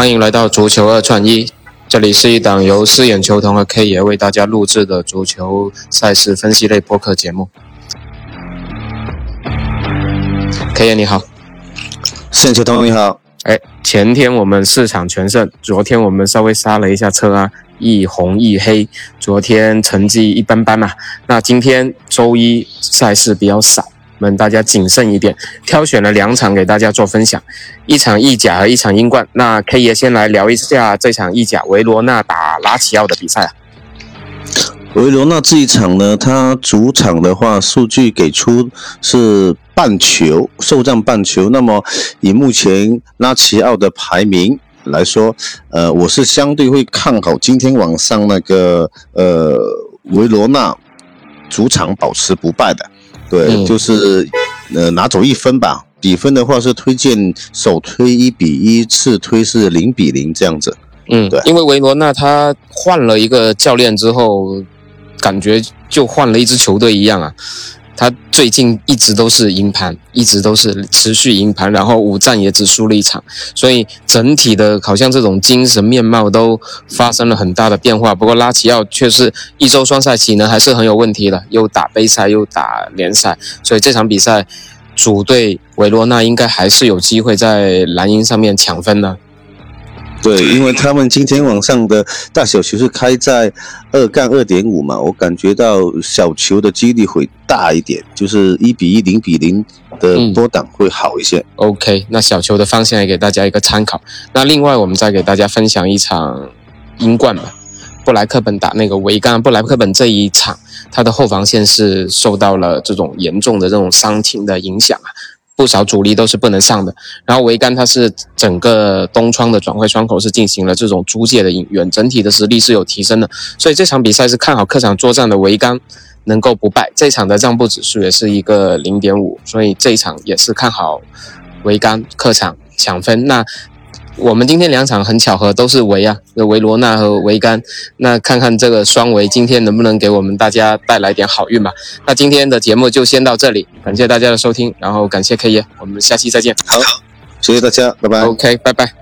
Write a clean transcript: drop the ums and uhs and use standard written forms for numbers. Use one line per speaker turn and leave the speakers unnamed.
欢迎来到足球2串1，这里是一档由四眼球童和 K 爷为大家录制的足球赛事分析类播客节目。K 爷你好。
四眼球童你好。
前天我们4场全胜，昨天我们稍微刹了一下车啊，一红一黑，昨天成绩一般般啊。那今天周一赛事比较少，我们大家谨慎一点，挑选了2场给大家做分享，一场意甲和一场英冠。那 K 爷先来聊一下这场意甲维罗纳打拉齐奥的比赛啊。
维罗纳这一场呢，他主场的话，数据给出是半球，受让半球。那么以目前拉齐奥的排名来说，我是相对会看好今天晚上那个维罗纳主场保持不败的。对，就是拿走1分吧。比分的话是推荐首推1-1，次推是0-0这样子。对，
因为维罗纳他换了一个教练之后，感觉就换了一支球队一样啊。他最近一直都是赢盘，一直都是持续赢盘，然后5战也只输了1场，所以整体的好像这种精神面貌都发生了很大的变化。不过拉齐奥却是一周双赛期呢，还是很有问题的，又打杯赛又打联赛，所以这场比赛主队维罗纳应该还是有机会在蓝鹰上面抢分的。
对，因为他们今天晚上的大小球是开在2-2.5嘛，我感觉到小球的几率会大一点，就是1-1、0-0的波档会好一些。
OK， 那小球的方向也给大家一个参考。那另外我们再给大家分享一场英冠吧，布莱克本打那个维冈。布莱克本这一场，他的后防线是受到了这种严重的这种伤情的影响啊。不少主力都是不能上的，然后维冈他是整个东窗的转会窗口是进行了这种租借的引援，整体的实力是有提升的，所以这场比赛是看好客场作战的维冈能够不败。这场的让步指数也是一个 0.5， 所以这一场也是看好维冈客场抢分。那我们今天2场很巧合都是维罗纳和维冈，那看看这个双维今天能不能给我们大家带来点好运吧。那今天的节目就先到这里，感谢大家的收听，然后感谢 K 爷，我们下期再见。
好，谢谢大家，拜拜。
OK， 拜拜。